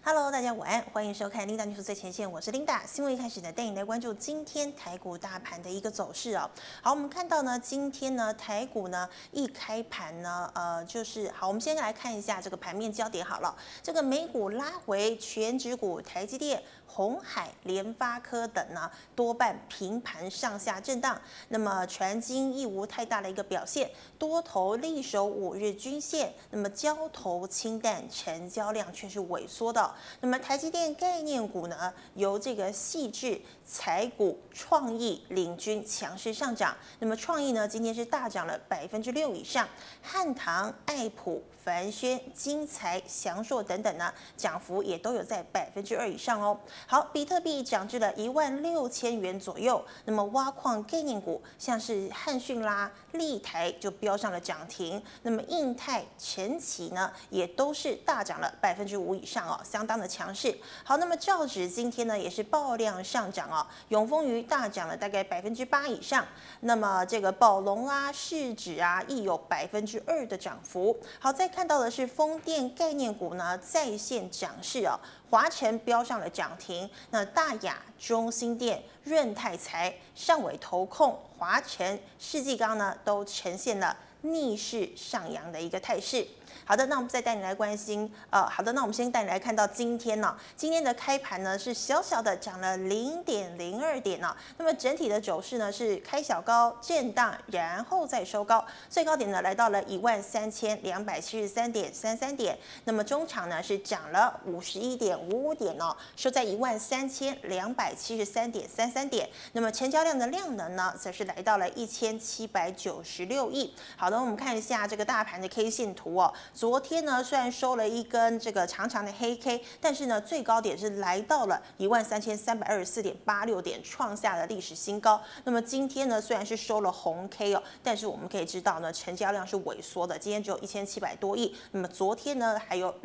Hello，大家晚安，欢迎收看 Linda News 最前线，我是 Linda。新闻一开始呢，带你来关注今天台股大盘的一个走势哦。好，我们看到呢，今天呢台股呢一开盘呢，我们先来看一下这个盘面焦点好了。这个美股拉回，全指股台积电、鸿海、联发科等呢多半平盘上下震荡。那么传金亦无太大的一个表现，多头力守5日均线，那么交投清淡，成交量却是萎缩的。那么台积电概念股呢，由这个细致、财股、创意领军强势上涨。那么创意呢，今天是大涨了6%以上，汉唐、爱普、凡轩、精材、祥硕等等呢，涨幅也都有在2%以上哦。好，比特币涨至了16000元左右。那么挖矿概念股，像是汉讯啦、立台就飙上了涨停。那么印泰、晨起呢，也都是大涨了5%以上哦，相当的强势。好，那么兆指今天呢也是爆量上涨哦，永丰余大涨了大概8%以上。那么这个宝龙啊、市指啊，亦有2%的涨幅。好，再看到的是风电概念股呢再现涨势哦，华晨飙上了涨停，那大雅、中兴电、润泰财、上尾投控、华晨、世纪钢呢都呈现了逆势上扬的一个态势。好的，那我们再带你来关心，那我们先带你来看到今天呢，今天的开盘呢是小小的涨了0.02点呢，那么整体的走势呢是开小高震荡，然后再收高，最高点呢来到了13273.33点，那么中场呢是涨了51.55点哦，收在13273.33点，那么成交量的量能呢则是来到了1796亿。好的，我们看一下这个大盘的 K 线图哦。昨天呢，虽然收了一根这个长长的黑 K， 但是呢，最高点是来到了13324.86点，创下了历史新高。那么今天呢，虽然是收了红 K 哦，但是我们可以知道呢，成交量是萎缩的，今天只有1700多亿。那么昨天呢，还有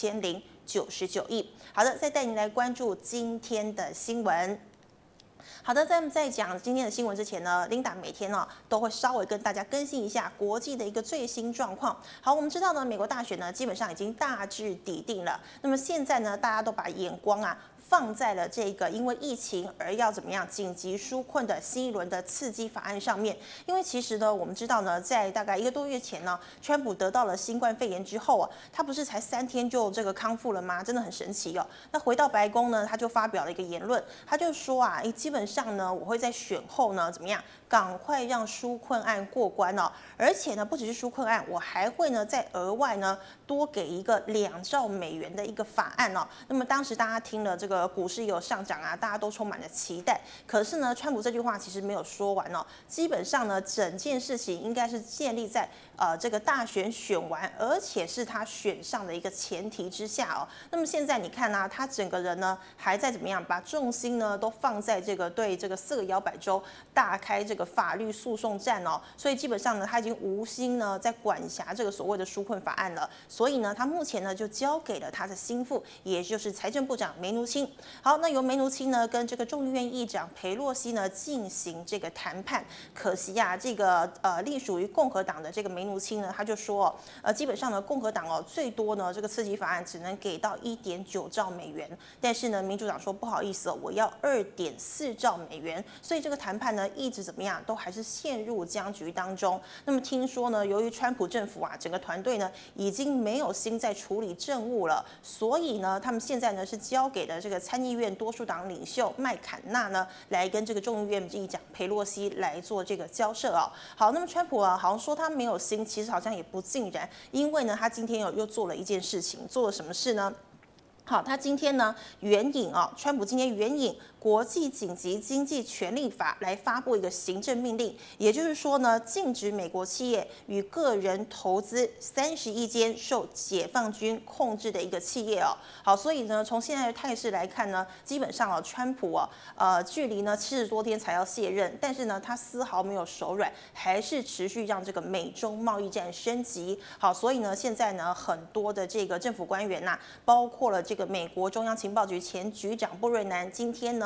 2099亿。好的，再带你来关注今天的新闻。好的，在讲今天的新闻之前呢，Linda 每天呢都会稍微跟大家更新一下国际的一个最新状况。好，我们知道呢，美国大选呢基本上已经大致底定了。那么现在呢，大家都把眼光放在了这个因为疫情而要怎么样紧急纾困的新一轮的刺激法案上面。因为其实呢，我们知道呢，在大概1个多月前呢，川普得到了新冠肺炎之后他不是才3天就这个康复了吗？真的很神奇哦。那回到白宫呢，他就发表了一个言论，他就说基本上呢，我会在选后呢怎么样，赶快让纾困案过关哦。而且呢，不只是纾困案，我还会呢再额外呢多给一个2兆美元的一个法案哦。那么当时大家听了这个股市也有上涨大家都充满了期待。可是呢，川普这句话其实没有说完哦。基本上呢，整件事情应该是建立在这个大选选完，而且是他选上的一个前提之下哦。那么现在你看他整个人呢还在怎么样，把重心呢都放在这个对这个4个摇摆州大开这个法律诉讼战哦。所以基本上呢，他已经无心呢在管辖这个所谓的纾困法案了。所以呢，他目前呢就交给了他的心腹，也就是财政部长梅努钦。好，那由梅努钦呢跟这个众议院议长裴洛西呢进行这个谈判。可惜这个隶属于共和党的这个梅努钦呢，他就说基本上呢，共和党最多呢这个刺激法案只能给到1.9兆美元，但是呢，民主党说不好意思我要2.4兆美元，所以这个谈判呢一直怎么样，都还是陷入僵局当中。那么听说呢，由于川普政府整个团队呢已经没有心在处理政务了，所以呢，他们现在呢是交给了这个参议院多数党领袖麦坎纳呢来跟这个众议院议长裴洛西来做这个交涉哦。好，那么川普好像说他没有心，其实好像也不尽然，因为呢，他今天又做了一件事情，做了什么事呢？好，他今天呢援引川普今天援引国际紧急经济权利法来发布一个行政命令，也就是说呢，禁止美国企业与个人投资31间受解放军控制的一个企业哦。好，所以呢，从现在的态势来看呢，基本上川普距离呢70多天才要卸任，但是呢，他丝毫没有手软，还是持续让这个美中贸易战升级。好，所以呢，现在呢，很多的这个政府官员包括了这个美国中央情报局前局长布瑞南，今天呢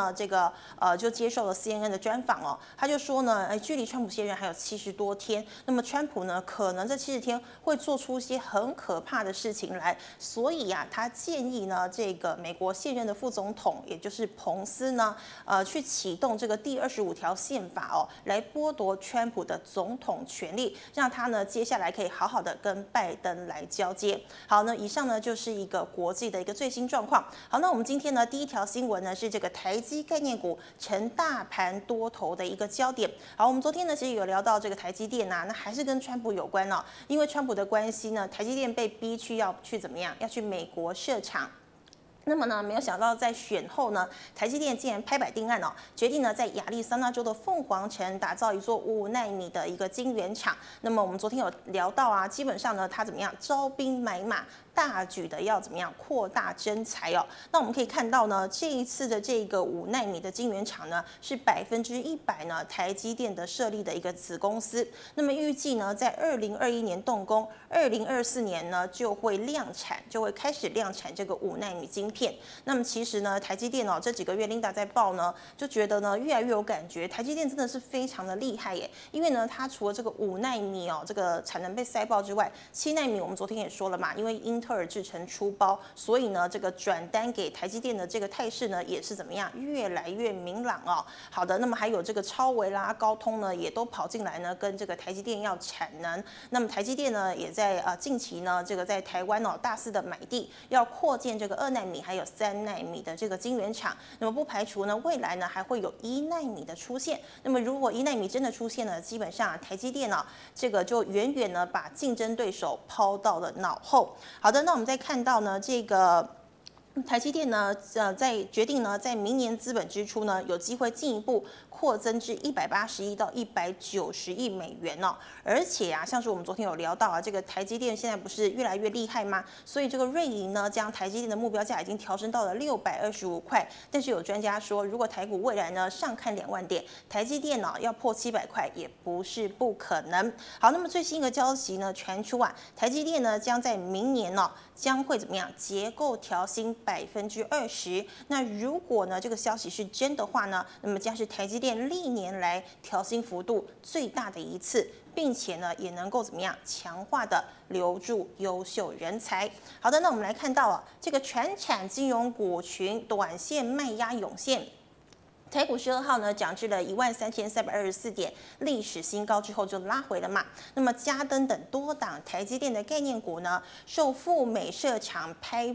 呢，这个就接受了 CNN 的专访哦，他就说呢，距离川普卸任还有70多天，那么川普呢，可能这70天会做出一些很可怕的事情来，所以啊，他建议呢，这个美国现任的副总统，也就是彭斯呢，去启动这个第25条宪法哦，来剥夺川普的总统权力，让他呢接下来可以好好的跟拜登来交接。好，那以上呢就是一个国际的一个最新状况。好，那我们今天呢第一条新闻呢是这个台积概念股成大盘多头的一个焦点。好，我们昨天呢其实有聊到这个台积电啊，那还是跟川普有关哦，因为川普的关系呢，台积电被逼要去怎么样，要去美国设厂。那么呢，没有想到在选后呢，台积电竟然拍板定案哦，决定呢在亚利桑那州的凤凰城打造一座5奈米的一个晶圆厂。那么我们昨天有聊到啊，基本上呢，它怎么样招兵买马，大举的要怎么样扩大征才哦。那我们可以看到呢，这一次的这个5奈米的晶圆厂呢，是100%呢台积电的设立的一个子公司。那么预计呢，在2021年动工，2024年呢就会量产，就会开始量产这个5奈米晶片。那么其实呢，台积电这几个月 Linda 在报呢，就觉得呢越来越有感觉，台积电真的是非常的厉害耶。因为呢，它除了这个5奈米这个产能被塞爆之外，7奈米我们昨天也说了嘛，因为英特尔制程出包，所以呢这个转单给台积电的这个态势呢也是怎么样越来越明朗哦。好的，那么还有这个超微啦、高通呢也都跑进来呢，跟这个台积电要产能。那么台积电呢也在近期呢这个在台湾大肆的买地，要扩建这个2奈米还有3奈米的这个晶圆厂。那么不排除呢未来呢还会有1奈米的出现。那么如果1奈米真的出现呢，基本上台积电这个就远远呢把竞争对手抛到了脑后。好的，那我们再看到呢这个。台积电呢，在决定呢，在明年资本支出呢，有机会进一步扩增至180亿到190亿美元哦。而且啊，像是我们昨天有聊到啊，这个台积电现在不是越来越厉害吗？所以这个瑞银呢，将台积电的目标价已经调升到了625块。但是有专家说，如果台股未来呢上看2万点，台积电呢要破700块也不是不可能。好，那么最新一个消息呢传出啊，台积电呢将在明年将会怎么样结构调薪20%。那如果呢这个消息是真的话呢，那么将是台积电历年来调薪幅度最大的一次，并且呢也能够怎么样强化的留住优秀人才。好的，那我们来看到这个传产金融股群短线卖压涌现。台股12号呢涨至了13324点，历史新高之后就拉回了嘛。那么嘉登等多档台积电的概念股呢，受赴美设厂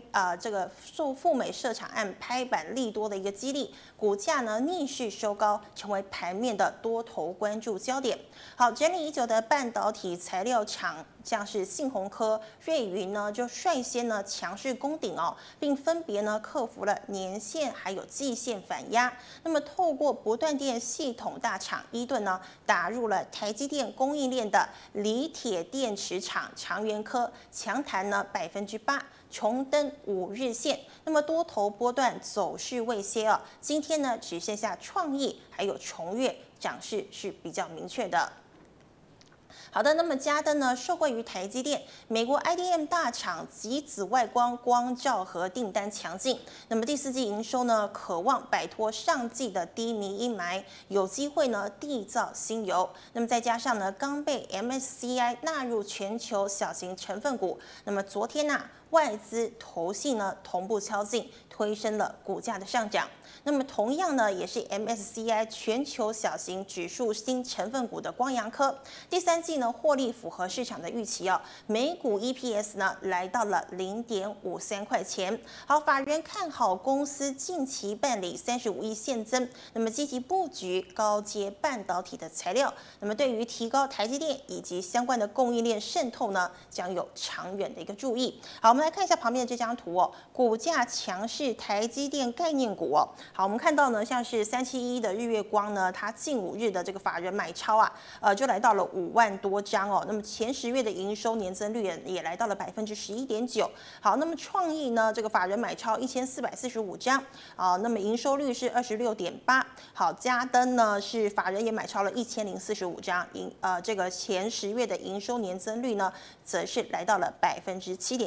案拍板利多的一个激励，股价呢逆势收高，成为盘面的多头关注焦点。好，整理已久的半导体材料厂，像是信鸿科、瑞云呢，就率先呢强势攻顶并分别呢克服了年线还有季线反压。那么透过不断电系统大厂伊顿呢，打入了台积电供应链的锂铁电池厂长源科，强弹呢8%，重登5日线。那么多头波段走势未歇今天呢只剩下创意还有重越涨势是比较明确的。好的，那么嘉登呢，受惠于台积电、美国 IDM 大厂极紫外光光照和订单强劲，那么第4季营收呢，渴望摆脱上季的低迷阴霾，有机会呢缔造新猷。那么再加上呢，刚被 MSCI 纳入全球小型成分股，那么昨天外资投信呢同步敲进，推升了股价的上涨。那么同样呢，也是 MSCI 全球小型指数新成分股的光阳科，第3季呢获利符合市场的预期每股 EPS 呢来到了0.53块钱。好，法人看好公司近期办理35亿现增，那么积极布局高阶半导体的材料，那么对于提高台积电以及相关的供应链渗透呢，将有长远的一个注意。好，我们来看一下旁边的这张图股价强势台积电概念股好，我们看到呢，像是371的日月光呢，它近5日的这个法人买超就来到了5万多张那么前10月的营收年增率也来到了11.9%。好，那么创意呢，这个法人买超1445张那么营收率是26.8%。好，嘉登呢是法人也买超了1045张，这个前10月的营收年增率呢，则是来到了7.7%。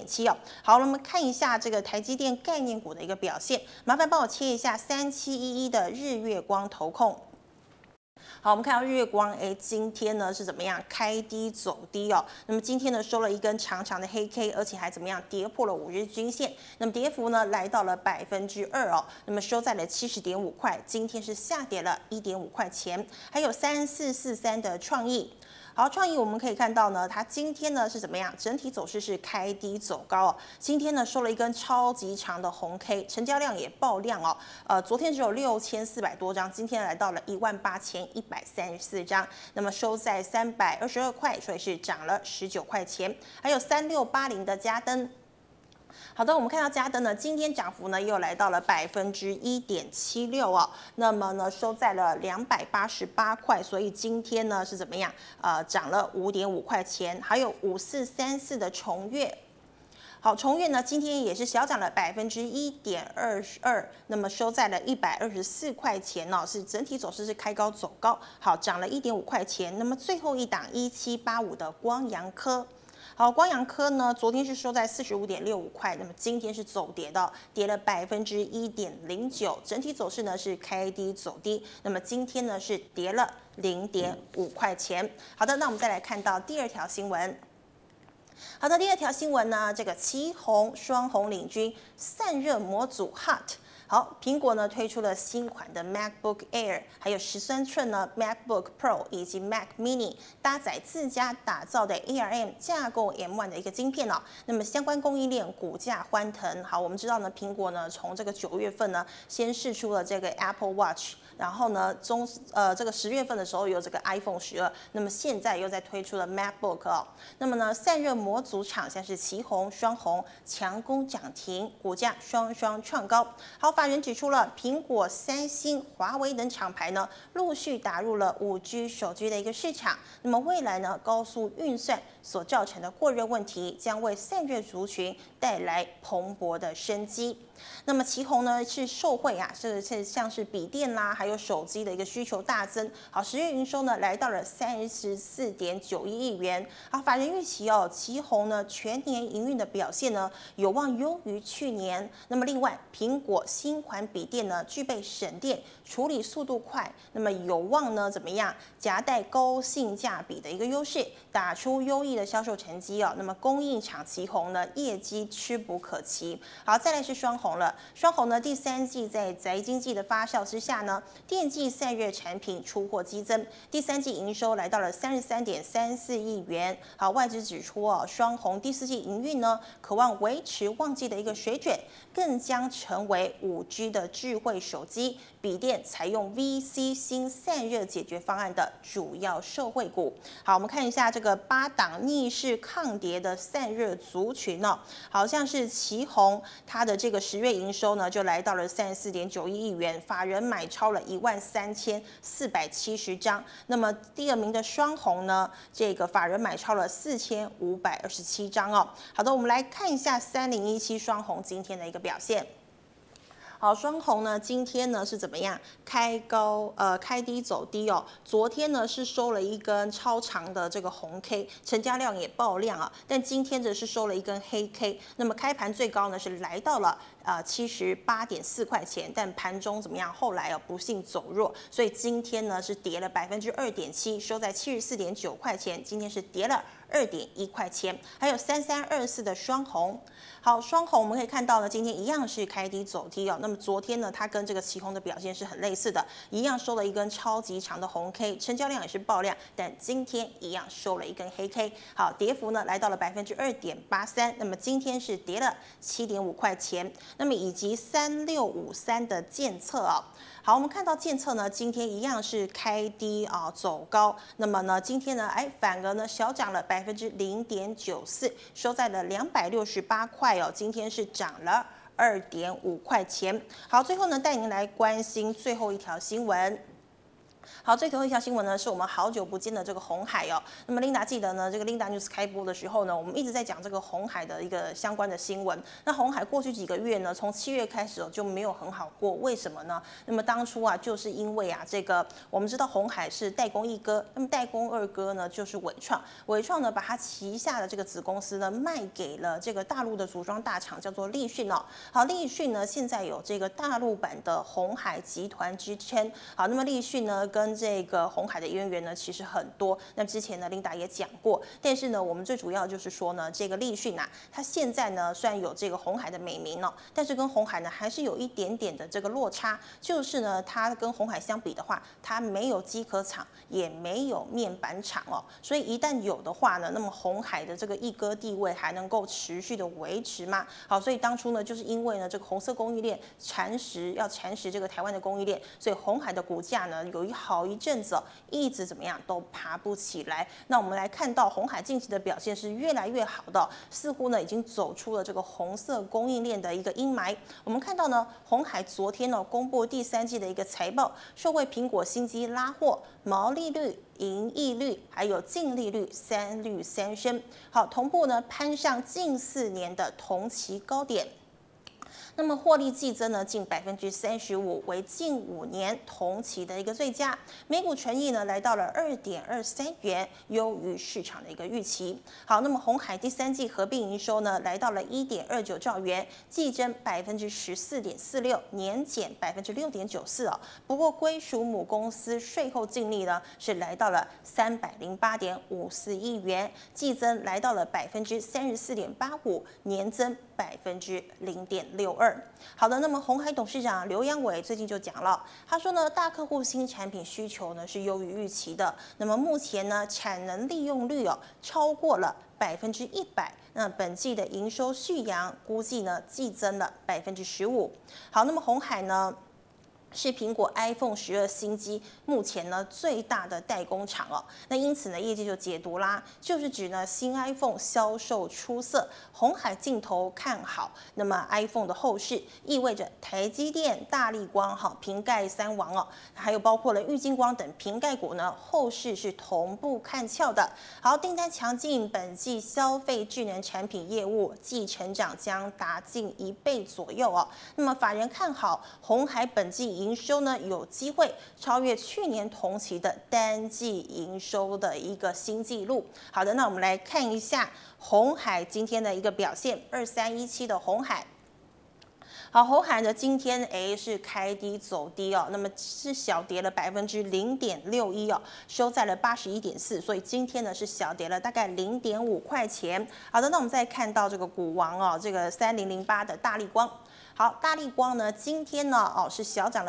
好，那么看一下这个台积电概念股的一个表现，麻烦帮我切一下3711的日月光投控。好，我们看到日月光，今天呢是怎么样？开低走低哦。那么今天呢收了一根长长的黑 K， 而且还怎么样？跌破了5日均线。那么跌幅呢来到了2%哦。那么收在了70.5块，今天是下跌了1.5块钱。还有3443的创意。好，创意我们可以看到呢，它今天呢是怎么样？整体走势是开低走高哦。今天呢收了一根超级长的红 K， 成交量也爆量哦。昨天只有6400多张，今天来到了18134张，那么收在322块，所以是涨了19块钱。还有3680的嘉登。好的，我们看到嘉登呢，今天涨幅呢又来到了1.76%哦，那么呢收在了288块，所以今天呢是怎么样？涨了5.5块钱。还有5434的重越。好，重越呢今天也是小涨了1.22%，那么收在了124块钱哦，是整体走势是开高走高，好，涨了1.5块钱。那么最后一档1785的光阳科。好，光阳科呢，昨天是收在45.65块，那么今天是走跌的，跌了1.09%，整体走势呢是开低走低，那么今天呢是跌了0.5块钱。好的，那我们再来看到第二条新闻。好的，第二条新闻呢，这个旗宏双红领军，散热模组 Hot。好，苹果呢推出了新款的 MacBook Air， 还有13寸呢 MacBook Pro 以及 Mac Mini， 搭载自家打造的 ARM 架构 M1 的一个晶片哦。那么相关供应链股价欢腾。好，我们知道呢，苹果呢从这个9月份呢先释出了这个 Apple Watch。然后呢，这个10月份的时候有这个 iPhone 12，那么现在又在推出了 MacBook 哦。那么呢，散热模组厂像是旗宏、双红强攻涨停，股价双双创高。好，法人指出了苹果、三星、华为等厂牌呢陆续打入了5G 手机的一个市场。那么未来呢，高速运算所造成的过热问题将为散热族群带来蓬勃的生机。那么旗宏呢是受惠啊，是像是笔电啦，还有手机的一个需求大增。好，10月营收呢来到了34.91亿元。好，法人预期哦，旗宏呢全年营运的表现呢有望优于去年。那么另外，苹果新款笔电呢具备省电、处理速度快，那么有望呢怎么样夹带高性价比的一个优势，打出优异的销售成绩哦。那么供应厂旗宏呢业绩屈不可及。好，再来是双红了。双红呢，第3季在宅经济的发酵之下呢，电技散热产品出货激增，第3季营收来到了33.34亿元。好，外资指出哦，双红第4季营运呢，渴望维持旺季的一个水准，更将成为5G 的智慧手机、笔电采用 VC 新散热解决方案的主要受惠股。好，我们看一下这个8档逆势抗跌的散热族群哦，好像是旗宏，它的这个10月营收呢就来到了34.91亿元，法人买超了13470张。那么第2名的双红呢，这个法人买超了4527张哦。好的，我们来看一下3017双红今天的一个表现。好，双红呢，今天呢是怎么样？开低走低哦。昨天呢是收了一根超长的这个红 K， 成交量也爆量啊。但今天则是收了一根黑 K。那么开盘最高呢是来到了78.4块钱，但盘中怎么样？后来不幸走弱，所以今天呢是跌了2.7%，收在74.9块钱。今天是跌了2.1块钱。还有3324的双红。好，双红我们可以看到呢，今天一样是开低走低哦。那么昨天呢，它跟这个旗宏的表现是很类似的，一样收了一根超级长的红 K， 成交量也是爆量，但今天一样收了一根黑 K。好，跌幅呢来到了2.83%，那么今天是跌了7.5块钱。那么以及3653的建策啊。好，我们看到建策呢，今天一样是开低走高。那么呢，今天呢，反而呢小涨了0.94%，收在了268块哦。今天是涨了2.5块钱。好，最后呢，带您来关心最后一条新闻。 好，最后一条新闻呢，是我们好久不见的这个鸿海哦。那么 Linda 记得呢，这个 Linda News 开播的时候呢，我们一直在讲这个鸿海的一个相关的新闻。那鸿海过去几个月呢，从7月开始就没有很好过，为什么呢？那么当初啊，就是因为啊，这个我们知道鸿海是代工一哥，那么代工二哥呢就是伟创，伟创呢把它旗下的这个子公司呢卖给了这个大陆的组装大厂，叫做立讯哦。好，立讯呢现在有这个大陆版的鸿海集团之称。好，那么立讯呢跟这个鸿海的渊源呢，其实很多。那之前呢，Linda 也讲过，但是呢，我们最主要就是说呢，这个立讯啊，它现在呢虽然有这个鸿海的美名哦，但是跟鸿海呢还是有一点点的这个落差，就是呢，它跟鸿海相比的话，它没有机壳厂，也没有面板厂哦，所以一旦有的话呢，那么鸿海的这个一哥地位还能够持续的维持吗？好，所以当初呢，就是因为呢这个红色供应链蚕食这个台湾的供应链，所以鸿海的股价呢有好一阵子一直怎么样都爬不起来。那我们来看到鸿海近期的表现是越来越好的，似乎呢已经走出了这个红色供应链的一个阴霾。我们看到呢，鸿海昨天呢公布第3季的一个财报，受惠苹果新机拉货，毛利率、盈利率还有净利率3率3升，好，同步呢攀上近4年的同期高点。那么获利季增呢，近35%，为近5年同期的一个最佳。每股纯益呢来到了2.23元，优于市场的一个预期。好，那么鸿海第3季合并营收呢来到了1.29兆元，季增14.46%，年减6.94%哦。不过归属母公司税后净利呢是来到了308.54亿元，季增来到了34.85%，年增0.62%。好的，那么鸿海董事长刘扬伟最近就讲了，他说呢，大客户新产品需求呢是优于预期的。那么目前呢，产能利用率超过了100%。那本季的营收续扬，估计呢季增了15%。好，那么鸿海呢，是苹果 iPhone 12新机目前呢最大的代工厂哦。那因此呢，业界就解读啦，就是指呢新 iPhone 销售出色，鸿海镜头看好，那么 iPhone 的后市意味着台积电、大立光、瓶盖3王哦，还有包括了玉晶光等瓶盖股呢，后市是同步看俏的。好，订单强劲，本季消费智能产品业务季成长将达近1倍左右哦。那么法人看好鸿海本季营收呢有机会超越去年同期的单季营收的一个新纪录。好的，那我们来看一下鸿海今天的一个表现，2317的鸿海。好，鸿海呢今天是开低走低哦，那么是小跌了0.61%哦，收在了81.4，所以今天呢是小跌了大概0.5块钱。好的，那我们再看到这个股王哦，这个3008的大立光。好，大立光呢，今天呢，是小涨了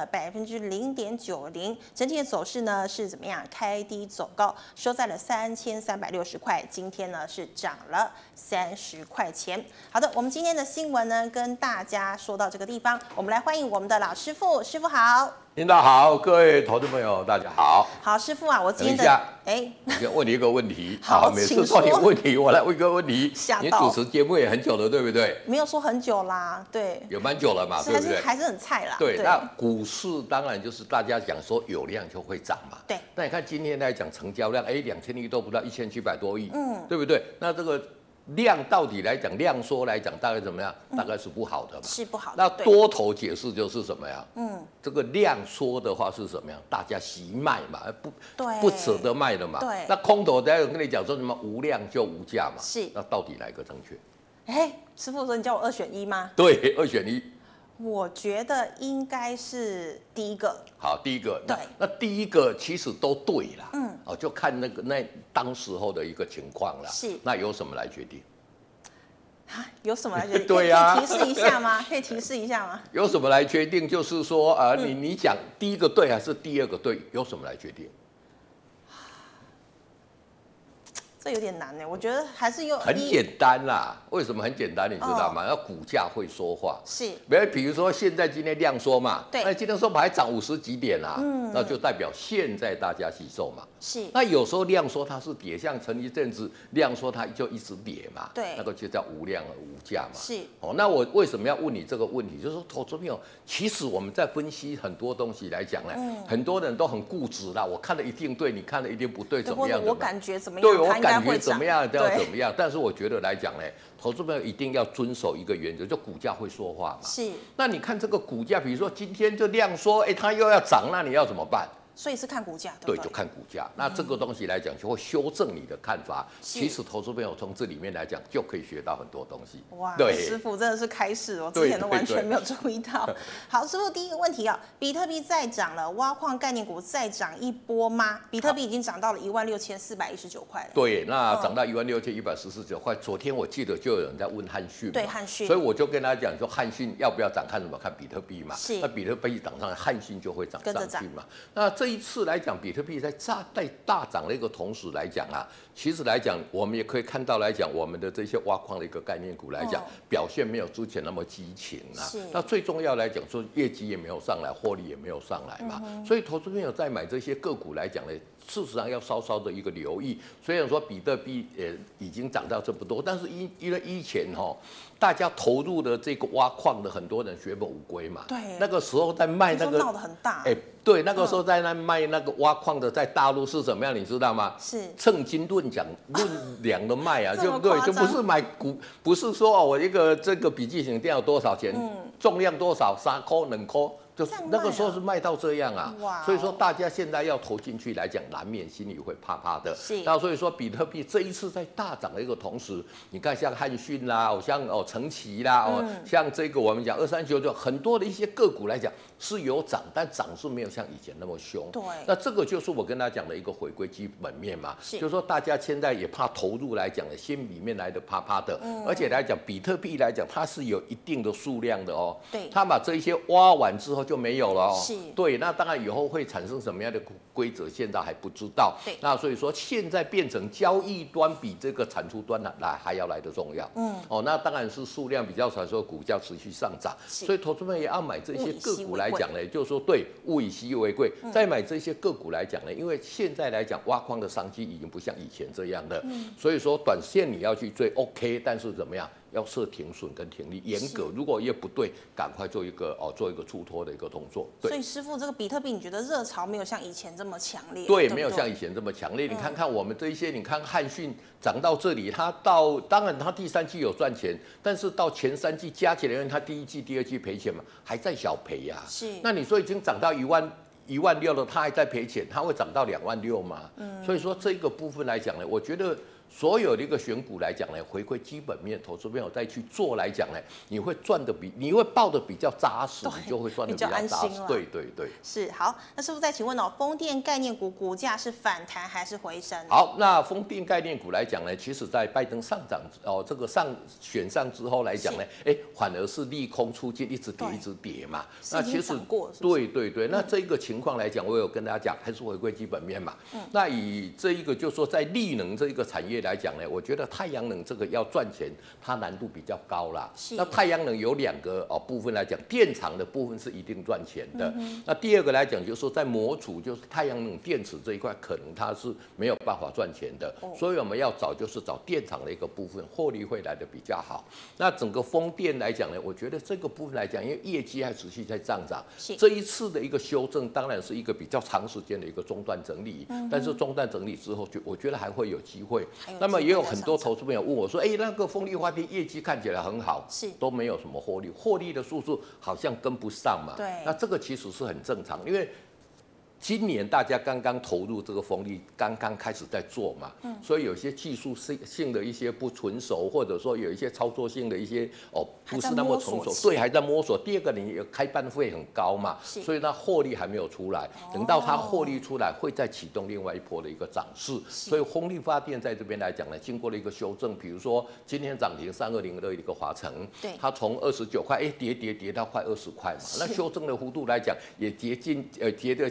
0.90%，整体的走势呢是怎么样？开低走高，收在了3360块，今天呢是涨了30块钱。好的，我们今天的新闻呢，跟大家说到这个地方，我们来欢迎我们的老师傅，师傅好。 领导好，各位投资朋友大家好。 好，师傅啊，我今天我问你一个问题。 好， 每次说你问题，我来问一个问题。你主持节目也很久了，对不对？ 没有说很久啦，对。 有蛮久了嘛，对不对？ 还是很菜啦。 对，那股市当然就是大家讲说有量就会涨嘛。 对。 那你看今天来讲成交量，2000亿都不到1700多亿，对不对？那这个量到底来讲，量缩来讲，大概怎么样？大概是不好的嘛。 是不好的。 那多头解释就是什么呀？这个量缩的话是什么样？大家惜卖嘛，不舍得卖的嘛。 对。 那空头大家有跟你讲说什么无量就无价嘛？ 是。 那到底哪个正确？ 师傅说你叫我2选1吗？ 对，2选1。 我觉得应该是第一个。 好，第一个。 对。 那第一个其实都对啦。就看那当时候的一个情况啦。 是。 那由什么来决定？ 有什么来决定？ 对呀。 可以提示一下吗？可以提示一下吗？ 有什么来决定？就是说你讲第一个对还是第二个对？有什么来决定？ 这有点难呢，我觉得还是有很简单啦。为什么很简单？你知道吗？那股价会说话。 是， 比如说现在今天量缩嘛， 对， 那今天收盘还涨50几点啦，那就代表现在大家吸售嘛。 是， 那有时候量缩它是跌，像前一阵子量缩它就一直跌嘛， 对， 那个就叫无量而无价嘛。 是， 那我为什么要问你这个问题？就是说，投资朋友，其实我们在分析很多东西来讲呢，很多人都很固执啦，我看的一定对，你看的一定不对，怎么样的？ 我感觉怎么样？ 对，我感觉怎么样就要怎么样。但是我觉得来讲呢，投资朋友一定要遵守一个原则，就股价会说话嘛。 是。 那你看这个股价，比如说今天就量缩，它又要涨，那你要怎么办？ 所以是看股价， 对，就看股价。那这个东西来讲，就会修正你的看法。其实投资朋友从这里面来讲，就可以学到很多东西。 哇，对，师傅真的是开示哦，之前都完全没有注意到。好，师傅第一个问题啊，比特币再涨了，挖矿概念股再涨一波吗？比特币已经涨到了16419块了。 对，那涨到16149块。昨天我记得就有人在问汉讯， 对汉讯， 所以我就跟他讲说，汉讯要不要涨？看什么？看比特币嘛。 是， 那比特币涨上来，汉讯就会涨上去嘛。那这一次来讲，比特币在大涨的一个同时来讲啊，其实来讲，我们也可以看到来讲，我们的这些挖矿的一个概念股来讲，表现没有之前那么激情啊。那最重要来讲，说业绩也没有上来，获利也没有上来嘛。所以投资朋友在买这些个股来讲呢，事实上要稍稍的一个留意。虽然说比特币已经涨到这么多，但是因为以前大家投入的这个挖矿的很多人血本无归嘛。 对， 那个时候在卖那个闹得很大。 对，那个时候在那卖那个挖矿的，在大陆是怎么样，你知道吗？ 是称斤论两的卖啊，就不是买股，不是说我一个这个笔记型电脑多少钱，重量多少，3块2块。就那个时候是卖到这样啊，所以说大家现在要投进去来讲，难免心里会怕怕的。那所以说比特币这一次在大涨的一个同时，你看像汉讯啦，像成奇啦，像这个我们讲2399，很多的一些个股来讲是有涨，但涨势没有像以前那么凶。 对， 那这个就是我跟他讲的一个回归基本面嘛，就是说大家现在也怕投入来讲的，心里面来的怕怕的，而且来讲比特币来讲，它是有一定的数量的哦。 对， 它把这一些挖完之后就没有了哦。 是， 对，那当然以后会产生什么样的规则，现在还不知道。 对， 那所以说现在变成交易端比这个产出端还要来的重要。那当然是数量比较少，说股价持续上涨，所以投资们也要买这些个股来讲呢，就是说对，物以稀为贵。再买这些个股来讲呢，因为现在来讲挖矿的商机已经不像以前这样的，所以说短线你要去追 OK， 但是怎么样？要设停损跟停利，严格。如果也不对，赶快做一个出脱的一个动作。对。 所以师傅，这个比特币你觉得热潮没有像以前这么强烈？ 对，没有像以前这么强烈。你看看我们这一些，你看汉讯涨到这里，当然它第3季有赚钱，但是到前3季加起来，因为它第1季、第2季赔钱嘛，还在小赔呀。 是。 那你说已经涨到16000了，它还在赔钱，它会涨到26000吗？所以说这个部分来讲呢，我觉得。所有的一个选股来讲呢，回归基本面，投资朋友再去做来讲呢，你会抱的比较扎实，你就会赚的比较扎实。对对对， 是好。那师傅再请问哦，风电概念股股价是反弹还是回升？ 好，那风电概念股来讲呢，其实在拜登上涨这个选上之后来讲呢，反而是利空出尽，一直跌嘛。 那其实对对对，那这个情况来讲，我有跟大家讲，还是回归基本面嘛。那以这一个就是说在力能这一个产业来讲呢，我觉得太阳能这个要赚钱，它难度比较高啦。那太阳能有2个部分来讲，电厂的部分是一定赚钱的。那第二个来讲，就是说在模组，就是太阳能电池这一块，可能它是没有办法赚钱的。所以我们要找电厂的一个部分，获利会来的比较好。那整个风电来讲呢，我觉得这个部分来讲，因为业绩还持续在上涨，这一次的一个修正，当然是一个比较长时间的一个中断整理。但是中断整理之后，我觉得还会有机会。那么也有很多投资朋友问我说：“那个风力发电业绩看起来很好，都没有什么获利的速度好像跟不上嘛。” 对， 那这个其实是很正常，因为今年大家刚刚投入这个风力，刚刚开始在做嘛，所以有些技术性的一些不成熟，或者说有一些操作性的一些不是那么成熟，对，还在摸索。第二个，你开办费很高嘛，所以那获利还没有出来。等到它获利出来，会再启动另外一波的一个涨势。所以风力发电在这边来讲呢，经过了一个修正，比如说今天涨停3202的一个华城，它从29块跌到快20块嘛，那修正的幅度来讲也跌得将近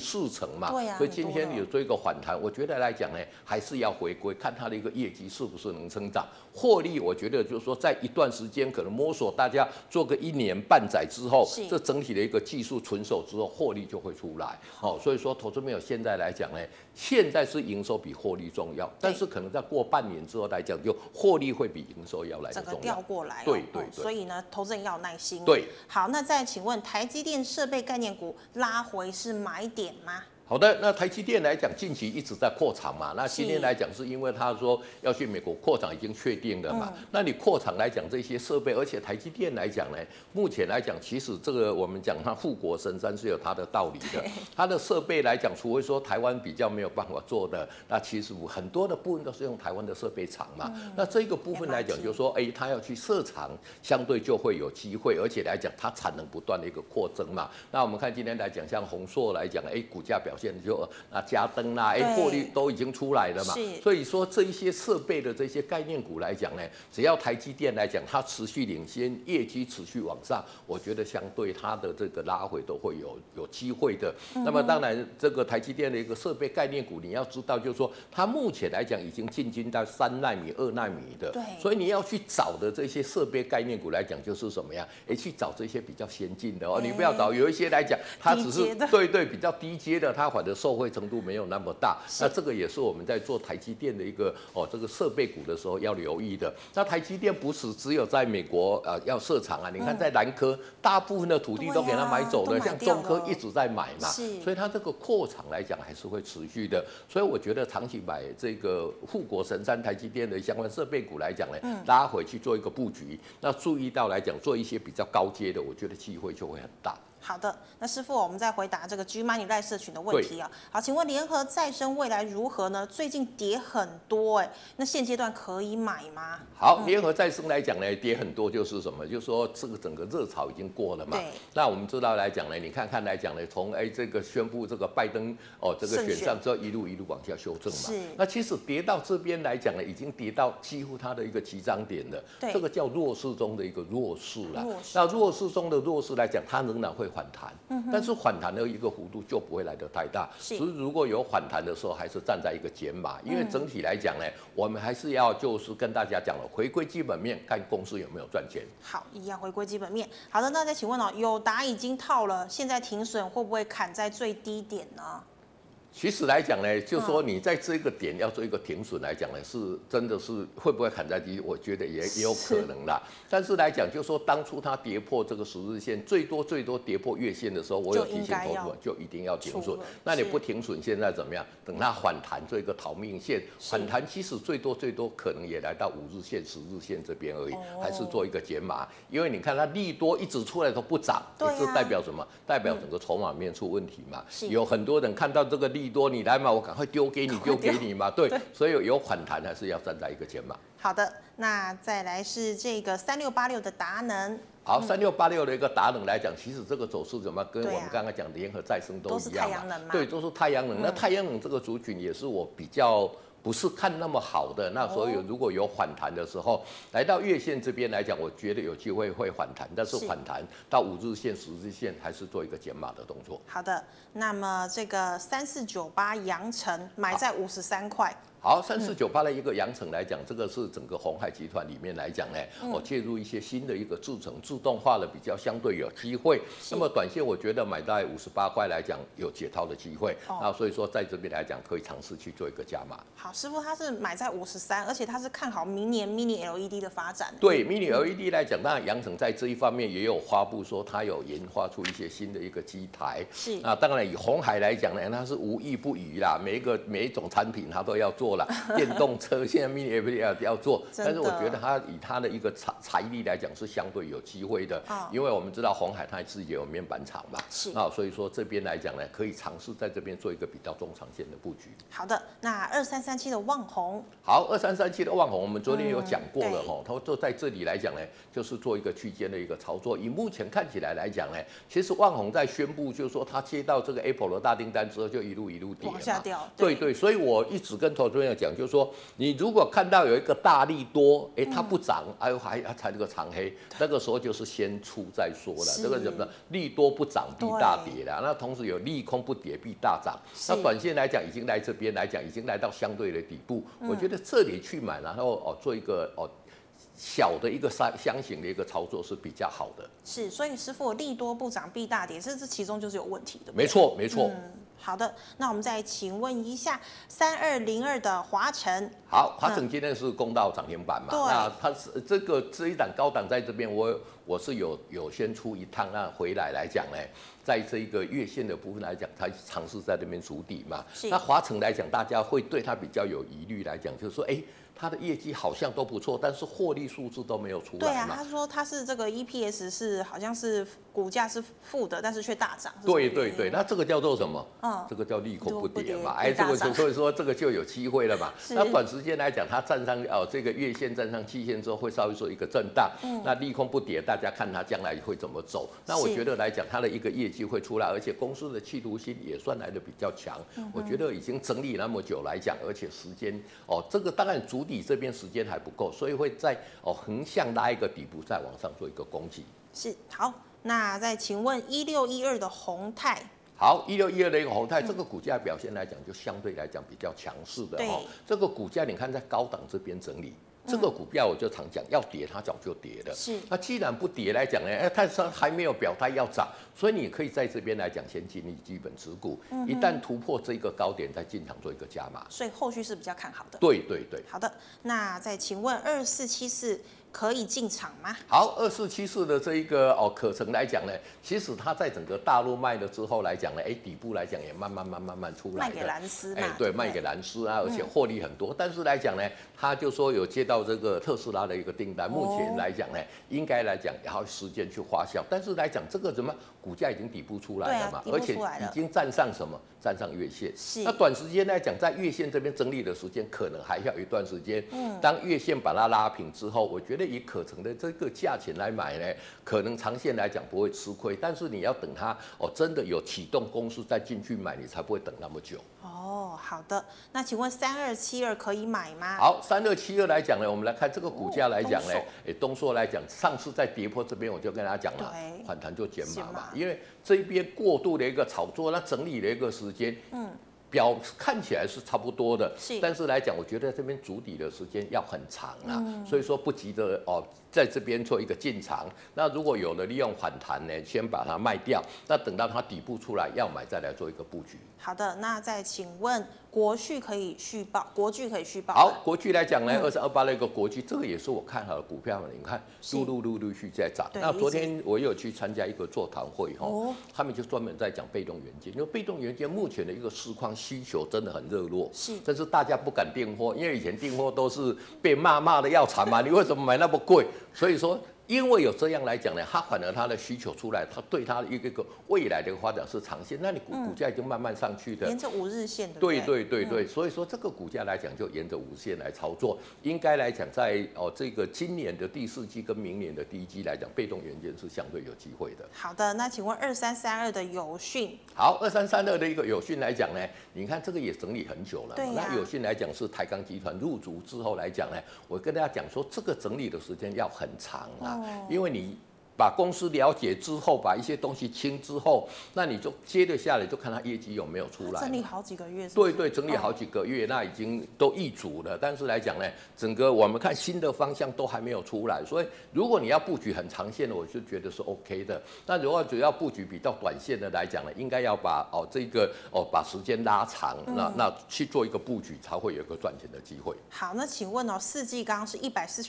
40%嘛， 对啊， 所以今天有做一个反弹，我觉得来讲呢，还是要回归看它的一个业绩是不是能成长，获利我觉得就是说在一段时间可能摸索，大家做个1年半载之后，这整体的一个技术成熟之后，获利就会出来。所以说投资朋友现在来讲呢，现在是营收比获利重要，但是可能在过半年之后来讲，就获利会比营收要来的重要。 整个调过来， 对， 所以呢，投资人要有耐心。 对， 好，那再请问台积电设备概念股拉回是买点吗？ 好的，那台积电来讲，近期一直在扩厂嘛。那今天来讲，是因为他说要去美国扩厂，已经确定了嘛。那你扩厂来讲，这些设备，而且台积电来讲呢，目前来讲，其实这个我们讲它护国神山是有它的道理的。它的设备来讲，除非说台湾比较没有办法做的，那其实很多的部分都是用台湾的设备厂嘛。那这个部分来讲，就是说，它要去设厂，相对就会有机会，而且来讲，它产能不断的一个扩增嘛。那我们看今天来讲，像宏硕来讲，股价表现就嘉登啦，获利都已经出来了嘛，所以说这一些设备的这些概念股来讲呢，只要台积电来讲它持续领先，业绩持续往上，我觉得相对它的这个拉回都会有机会的。那么当然，这个台积电的一个设备概念股，你要知道就是说，它目前来讲已经进军到3奈米、2奈米的，所以你要去找的这些设备概念股来讲，就是什么呀？去找这些比较先进的哦，你不要找有一些来讲，它只是对比较低阶的，它反正受惠程度没有那么大。那这个也是我们在做台积电的一个这个设备股的时候要留意的。那台积电不是只有在美国要设厂啊，你看在南科大部分的土地都给它买走了，像中科一直在买嘛，所以它这个扩厂来讲还是会持续的。所以我觉得长期买这个护国神山台积电的相关设备股来讲呢，拉回去做一个布局，那注意到来讲做一些比较高阶的，我觉得机会就会很大。 好的，那师傅，我们再回答这个 G Money 赖社群的问题啊。好，请问联合再生未来如何呢？最近跌很多那现阶段可以买吗？ 好，联合再生来讲呢，跌很多就是什么？就是说这个整个热潮已经过了嘛。对。那我们知道来讲呢，你看看来讲呢，从这个宣布这个拜登这个选上之后，一路往下修正嘛。是。那其实跌到这边来讲呢，已经跌到几乎它的一个起涨点了。对。这个叫弱势中的一个弱势啦。那弱势中的弱势来讲，它仍然会反弹，但是反弹的一个幅度就不会来得太大。所以如果有反弹的时候，还是站在一个减码，因为整体来讲呢，我们还是要就是跟大家讲了，回归基本面，看公司有没有赚钱。 好，一样回归基本面。好的，那再请问友达已经套了，现在停损会不会砍在最低点呢？ 其实来讲呢，就说你在这个点要做一个停损来讲呢，是真的是会不会砍在低？我觉得也有可能啦。但是来讲，就说当初它跌破这个10日线，最多跌破月线的时候，我有提醒投资者就一定要停损。那你不停损，现在怎么样？等它反弹做一个逃命线，反弹其实最多可能也来到5日线、10日线这边而已，还是做一个减码。因为你看它利多一直出来都不涨，这代表什么？代表整个筹码面出问题嘛。有很多人看到这个利多，你来嘛，我赶快丢给你嘛，对，所以有反弹还是要站在一个减码。 好的，那再来是这个3686的达能。 好，3686的一个达能来讲，其实这个走势怎么跟我们刚刚讲联合再生都一样嘛？对，都是太阳能。那太阳能这个族群也是我比较不是看那么好的，那所以如果有反弹的时候，来到月线这边来讲，我觉得有机会会反弹，但是反弹到5日线、10日线还是做一个减码的动作。 好的，那么这个3498阳城买在53块。 好，3498的一个阳城来讲，这个是整个鸿海集团里面来讲呢，介入一些新的一个制程自动化的比较相对有机会。那么短线我觉得买在58块来讲有解套的机会，那所以说在这边来讲可以尝试去做一个加码。 好，师傅他是买在53，而且他是看好明年 Mini LED 的发展。 对 Mini LED 来讲，当然阳城在这一方面也有发布说它有研发出一些新的一个机台。是啊，当然以鸿海来讲呢，它是无一不语啦，每一种产品它都要做。电动车现在 Mini LED 要做，但是我觉得它以它的一个财力来讲是相对有机会的，因为我们知道鸿海它自己有面板厂嘛，所以说这边来讲呢，可以尝试在这边做一个比较中长线的布局。 好的，那2337的旺宏， 好，2337的旺宏，我们昨天有讲过了它就在这里来讲呢，就是做一个区间的一个操作。以目前看起来来讲呢，其实旺宏在宣布就是说他接到这个 Apple 的大订单之后，就一路跌嘛， 往下掉。 对，所以我一直跟投资这边讲，就是说你如果看到有一个大利多，它不涨，还踩这个长黑，那个时候就是先出再说了。这个什么利多不涨必大跌啦，那同时有利空不跌必大涨。那短线来讲，已经来这边来讲，已经来到相对的底部，我觉得这里去买，然后做一个小的一个箱型的一个操作是比较好的。 是，所以师傅利多不涨必大跌，这其中就是有问题的。 没错，没错。 好的，那我们再请问一下3202的华晨。 好，华晨今天是攻到涨停板嘛？那它是这一档高档在这边，我是有先出一趟，那回来讲呢，在这一个月线的部分来讲，它尝试在这边筑底嘛。那华晨来讲，大家会对它比较有疑虑来讲，就是说，它的业绩好像都不错，但是获利数字都没有出来嘛。 对啊，他说他是这个 EPS 是好像是股价是负的，但是却大涨。 对，那这个叫做什么？这个叫利空不跌嘛。这个所以说这个就有机会了嘛。那短时间来讲，它站上这个月线站上季线之后，会稍微做一个震荡。那利空不跌，大家看它将来会怎么走。那我觉得来讲，它的一个业绩会出来，而且公司的企图心也算来的比较强。我觉得已经整理那么久来讲，而且时间这个当然主底这边时间还不够，所以会在横向拉一个底部，再往上做一个攻击。 是，好，那再请问1612的宏泰。 好，1612的一个宏泰，这个股价表现来讲，就相对来讲比较强势的这个股价你看在高档这边整理。这个股票我就常讲，要跌它早就跌了。 是， 那既然不跌来讲呢，它还没有表态要涨，所以你可以在这边来讲先建立基本持股，一旦突破这个高点再进场做一个加码。 所以后续是比较看好的。 对。 好的，那再请问2474可以进场吗？ 好，2474的这一个可成来讲呢，其实它在整个大陆卖了之后来讲呢，底部来讲也慢慢出来的。 卖给蓝思嘛。 对，卖给蓝思啊，而且获利很多。但是来讲呢，他就说有接到这个特斯拉的一个订单，目前来讲呢，应该来讲也要时间去发酵。但是来讲这个什么股价已经底部出来了嘛，而且已经站上什么？站上月线。那短时间来讲，在月线这边整理的时间可能还要一段时间。当月线把它拉平之后，我觉得以可成的这个价钱来买呢，可能长线来讲不会吃亏。但是你要等它真的有启动公司再进去买，你才不会等那么久。 好的。那请问3272可以买吗？ 好，3272来讲呢，我们来看这个股价来讲呢，东硕来讲，上次在跌破这边我就跟大家讲了，反弹就减码嘛，因为这边过度的一个炒作，那整理的一个时间，表看起来是差不多的，但是来讲，我觉得这边筑底的时间要很长啊，所以说不急着在这边做一个进场。那如果有了利用反弹呢，先把它卖掉，那等到它底部出来要买再来做一个布局。 好的，那再请问国巨可以续报？国巨可以续报？ 好，国巨来讲呢，2328的一个国巨，这个也是我看好的股票，你看陆续在涨。那昨天我有去参加一个座谈会他们就专门在讲被动元件，因为被动元件目前的一个市况需求真的很热络，但是大家不敢订货，因为以前订货都是被骂的要惨嘛，你为什么买那么贵？所以说。因为有这样来讲呢，它反而它的需求出来，它对它的一个未来的发展是长线。那你股价已经慢慢上去的， 沿着5日线的。 对，所以说这个股价来讲就沿着5日线来操作。应该来讲，在这个今年的第4季跟明年的第1季来讲，被动元件是相对有机会的。 好的，那请问2332的友讯。 好，2332的一个友讯来讲呢，你看这个也整理很久了。那友讯来讲是台钢集团入主之后来讲呢，我跟大家讲说，这个整理的时间要很长啊。因为你把公司了解之后，把一些东西清之后，那你就接着下来就看它业绩有没有出来。 整理好几个月。 对，整理好几个月，那已经都易主了。但是来讲呢，整个我们看新的方向都还没有出来，所以如果你要布局很长线的，我就觉得是 OK 的。那如果只要布局比较短线的来讲呢，应该要把把时间拉长，那去做一个布局，才会有一个赚钱的机会。 好，那请问4季钢是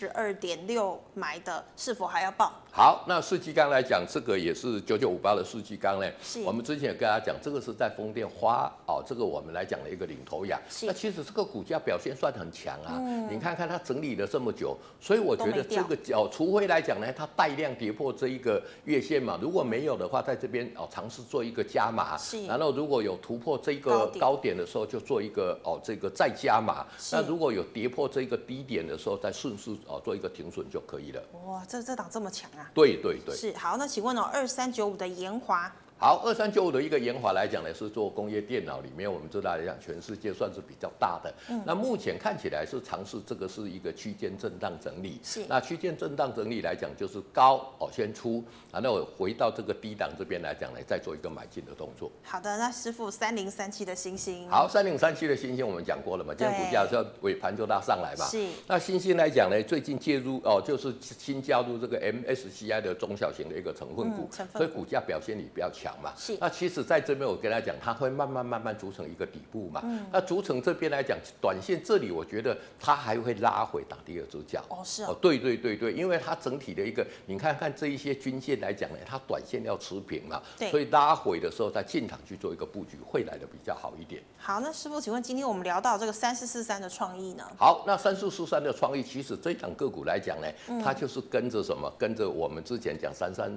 142.6买的，是否还要报？ 好，那世纪钢来讲，这个也是9958的世纪钢呢。我们之前也跟大家讲，这个是在风电花这个我们来讲的一个领头羊。那其实这个股价表现算很强啊。你看看它整理了这么久，所以我觉得这个除非来讲呢，它带量跌破这一个月线嘛，如果没有的话，在这边尝试做一个加码。然后如果有突破这个高点的时候，就做一个这个再加码。那如果有跌破这个低点的时候，再顺势做一个停损就可以了。 哇，这档这么强啊！ 对。 是好，那请问2395的研华。 好，2395的一个研华来讲呢，是做工业电脑里面，我们知道来讲，全世界算是比较大的。那目前看起来是尝试这个是一个区间震荡整理。 是。 那区间震荡整理来讲，就是高先出，然后回到这个低档这边来讲呢，再做一个买进的动作。 好的，那师傅3037的星星。 好，3037的星星我们讲过了嘛，今天股价是尾盘就拉上来嘛。 是。 那星星来讲呢，最近介入就是新加入这个 MSCI 的中小型的一个成分股，所以股价表现也比较强嘛。 是。 那其实在这边我跟他讲，它会慢慢组成一个底部嘛。那组成这边来讲，短线这里我觉得它还会拉回打第二只脚。 是哦。 对，因为它整体的一个，你看看这一些均线来讲呢，它短线要持平嘛，所以拉回的时候再进场去做一个布局，会来的比较好一点。 好，那师傅，请问今天我们聊到这个3443的创意呢？ 好，那3443的创意，其实这档个股来讲呢，它就是跟着什么？跟着我们之前讲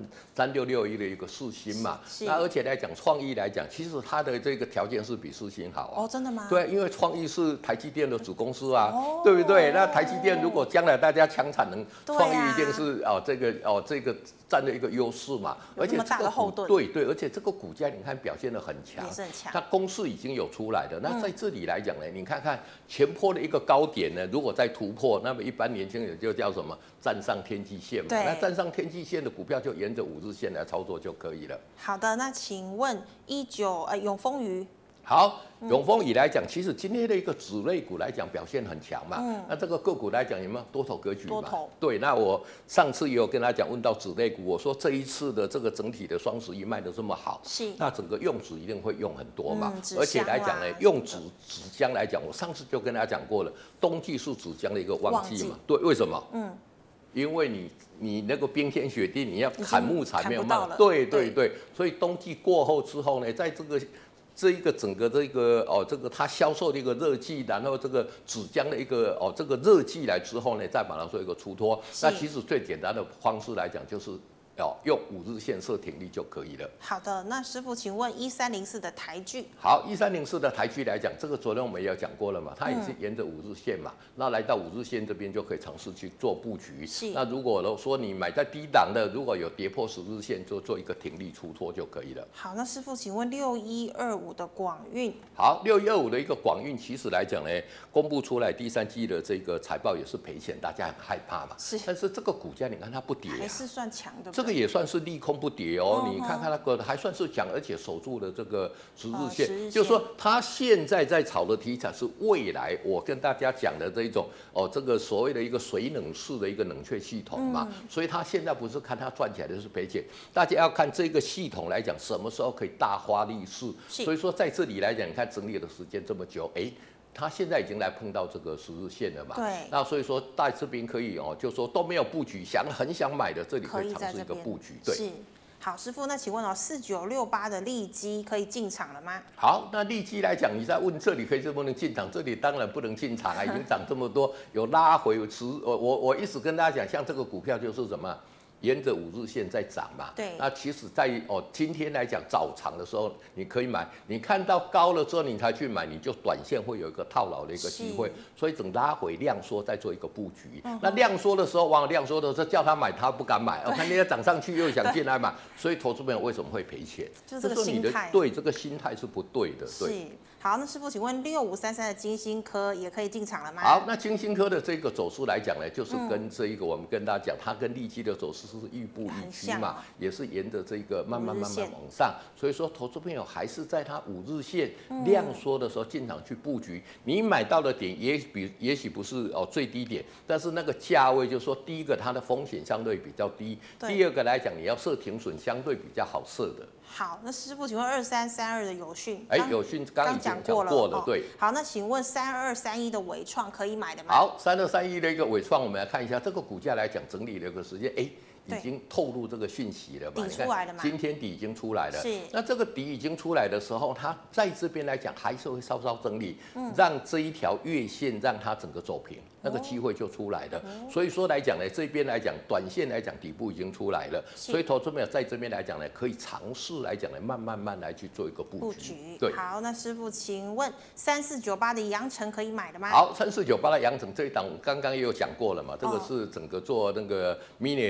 3661的一个世芯嘛。那而且来讲创意来讲，其实它的这个条件是比世芯好啊。 真的吗？ 对，因为创意是台积电的子公司啊，对不对？那台积电如果将来大家抢产能，创意一定是这个占了一个优势嘛，而且大的后盾。 对，而且这个股价你看表现得很强， 也是很强。 它公式已经有出来的。那在这里来讲呢，你看看前波的一个高点呢，如果再突破，那么一般年轻人就叫什么站上天际线嘛。那站上天际线的股票就沿着5日线来操作就可以了。 好的，那请问永丰余。 好，永丰余来讲，其实今天的一个子类股来讲表现很强嘛。那这个个股来讲有没有多头格局嘛？ 多头。 对，那我上次也有跟他讲，问到子类股，我说这一次的这个整体的双11卖得这么好，那整个用纸一定会用很多嘛。而且来讲呢，用纸浆来讲，我上次就跟他讲过了，冬季是纸浆的一个旺季嘛。对，为什么？因为你那个冰天雪地，你要砍木材没有办法。对，所以冬季过后之后呢，在这一个整个这个它销售的一个热季，然后这个纸浆的一个这个热季来之后呢，再把它做一个出脱。那其实最简单的方式来讲，就是用5日线设停利就可以了。 好的，那师傅，请问1304的台剧。 好，1304的台剧来讲，这个昨天我们也有讲过了嘛，它也是沿着5日线嘛，那来到5日线这边就可以尝试去做布局。那如果说你买在低档的，如果有跌破10日线，就做一个停利出脱就可以了。 好，那师傅，请问6125的广运。 好，6125的一个广运，其实来讲呢，公布出来第3季的这个财报也是赔钱，大家很害怕嘛。但是这个股价你看它不跌， 还是算强的。 这个也算是利空不跌哦，你看看那个还算是强，而且守住了这个10日线，就是说它现在在炒的题材是未来我跟大家讲的这一种这个所谓的一个水冷式的一个冷却系统嘛，所以它现在不是看它赚起来的是赔钱，大家要看这个系统来讲什么时候可以大发利市，所以说在这里来讲，你看整理的时间这么久，它现在已经来碰到这个10日线了嘛？ 对。 那所以说在这边可以就是说都没有布局，很想买的，这里可以尝试一个布局。对。 是。好，师傅，那请问4968的利基可以进场了吗？ 好，那利基来讲，你在问这里可以不能进场，这里当然不能进场啊，已经涨这么多，有拉回我一直跟大家讲，像这个股票就是什么？沿着5日线在涨嘛， 对。 那其实在今天来讲早场的时候，你可以买，你看到高了之后你才去买，你就短线会有一个套牢的一个机会，所以等拉回量缩再做一个布局。那量缩的时候，往往量缩的时候叫他买他不敢买，看人家涨上去又想进来买，所以投资朋友为什么会赔钱？ 就是这个心态， 对，这个心态是不对的。对。 好，那师傅，请问6533的金星科也可以进场了吗？ 好，那金星科的这个走势来讲呢，就是跟这一个我们跟大家讲，它跟利基的走势是亦步亦趋嘛，也是沿着这个慢慢往上，所以说投资朋友还是在它5日线量缩的时候进场去布局，你买到的点也许不是最低点，但是那个价位就是说，第一个它的风险相对比较低，第二个来讲你要设停损相对比较好设的。 好，那师傅，请问2332的友讯， 友讯刚已经讲过了，对。 好，那请问3231的伟创可以买的吗？ 好，3231的一个伟创，我们来看一下这个股价来讲整理了一个时间，已经透露这个讯息了嘛？ 底出来了嘛？ 今天底已经出来了。 是。 那这个底已经出来的时候，它在这边来讲还是会稍稍整理，让这一条月线让它整个走平，那个机会就出来了。所以说来讲呢，这边来讲短线来讲底部已经出来了，所以投资朋友在这边来讲呢，可以尝试来讲呢，慢慢来去做一个布局。 对。好，那师傅，请问3498的阳城可以买的吗？ 好，3498的阳城这一档，我刚刚也有讲过了嘛，这个是整个做那个 Mini LED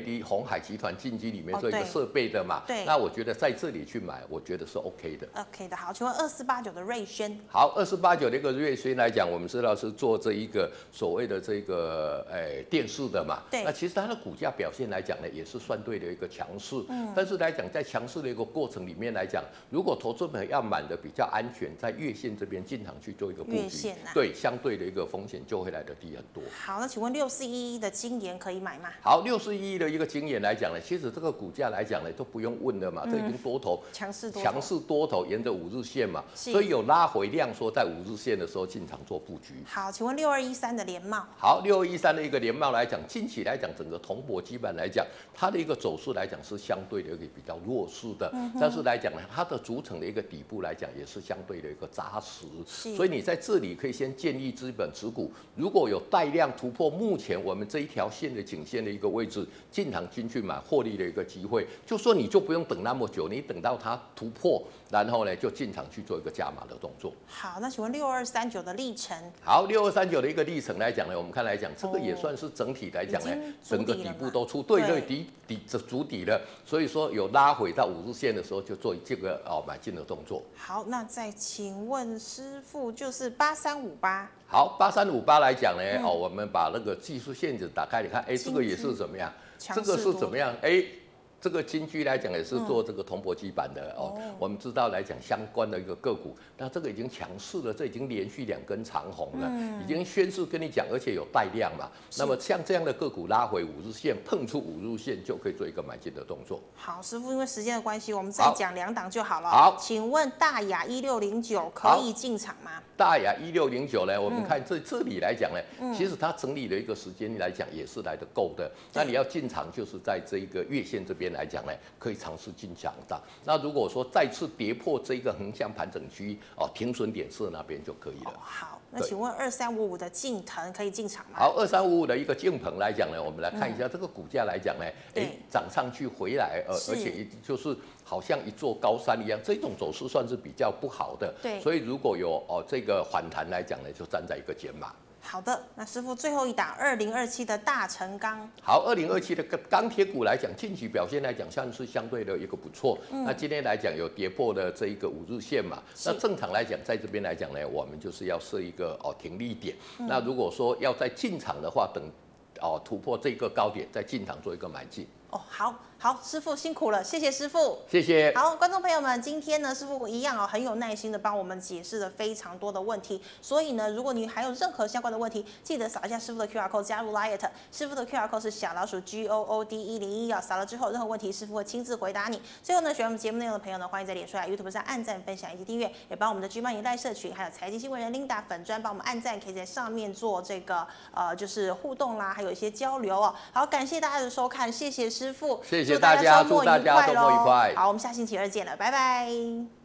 离鸿海集团进军里面哦做一个对设备的嘛。 对那我觉得在这里去买，我觉得是 OK 的。 OK 的，好，请问2489的瑞轩， 好，2489的一个瑞轩来讲，我们知道是做这一个所谓的这个电视的嘛。 对那其实它的股价表现来讲呢，也是相对的一个强势。但是来讲，在强势的一个过程里面来讲，如果投资者要买的比较安全，在月线这边进场去做一个布局月线， 对，相对的一个风险就会来得低很多。 好，那请问6411的金研可以买吗？ 好，61的一个经验来讲呢，其实这个股价来讲呢，都不用问了嘛，这已经多头强势多头强势多头沿着5日线嘛， 是所以有拉回量缩在5日线的时候进场做布局。 好，请问6213的联茂， 好，6213的一个联茂来讲，近期来讲，整个铜箔基板来讲，它的一个走势来讲是相对的一个比较弱势的，但是来讲呢，它的组成的一个底部来讲也是相对的一个扎实，所以你在这里可以先建立资本持股，如果有带量突破目前我们这一条线的颈线的一个位置，进场进去买获利的一个机会，就说你就不用等那么久，你等到它突破，然后呢就进场去做一个加码的动作。 好，那请问6239的历程， 好，6239的一个历程来讲呢，我们看来讲，这个也算是整体来讲呢，整个底部都出，对，筑底了，所以说有拉回到5日线的时候，就做这个买进的动作。 好，那再请问师傅，就是8358， 好，8358来讲呢，我们把那个技术线子打开，你看，这个也是怎么样？这个是怎么样？这个金居来讲也是做这个铜箔基板的我们知道来讲相关的一个个股，那这个已经强势了，这已经连续2根长红了，已经宣示跟你讲，而且有带量嘛。那么像这样的个股拉回5日线，碰出5日线就可以做一个买进的动作。 好，师傅，因为时间的关系，我们再讲2档就好了。 好， 请问大雅1609可以进场吗？ 大雅1609呢，我们看这里来讲呢，其实它整理的一个时间来讲也是来得够的。那你要进场就是在这一个月线这边来讲呢，可以尝试进场的。那如果说再次跌破这个横向盘整区停损点是那边就可以了。 好，那请问2355的晋腾可以进场吗？ 好，2355的一个晋鹏来讲呢，我们来看一下这个股价来讲呢，涨上去回来，而且就是好像一座高山一样，这种走势算是比较不好的。 对， 所以如果有这个反弹来讲呢，就站在一个减码。 好的，那师傅最后一档2027的大成钢。 好，2027的钢铁股来讲，近期表现来讲算是相对的一个不错。那今天来讲有跌破的这一个5日线嘛，那正常来讲，在这边来讲呢，我们就是要设一个停利点。那如果说要再进场的话，等突破这个高点再进场做一个买进。 好，师傅辛苦了，谢谢师傅， 谢谢。 好，观众朋友们，今天呢，师傅一样很有耐心的帮我们解释了非常多的问题。所以呢，如果你还有任何相关的问题，记得扫一下师傅的 QR code 加入 Light， 师傅的 QR code 是小老鼠 GOOD101扫了之后，任何问题师傅会亲自回答你。最后呢，喜欢我们节目内容的朋友呢，欢迎在脸书、YouTube 上按赞、分享以及订阅，也帮我们的G money赖社群还有财经新闻人 Linda 粉专帮我们按赞，可以在上面做这个就是互动啦，还有一些交流好，感谢大家的收看，谢谢师傅， 谢谢大家，祝大家周末愉快。 好，我们下星期2见了，拜拜。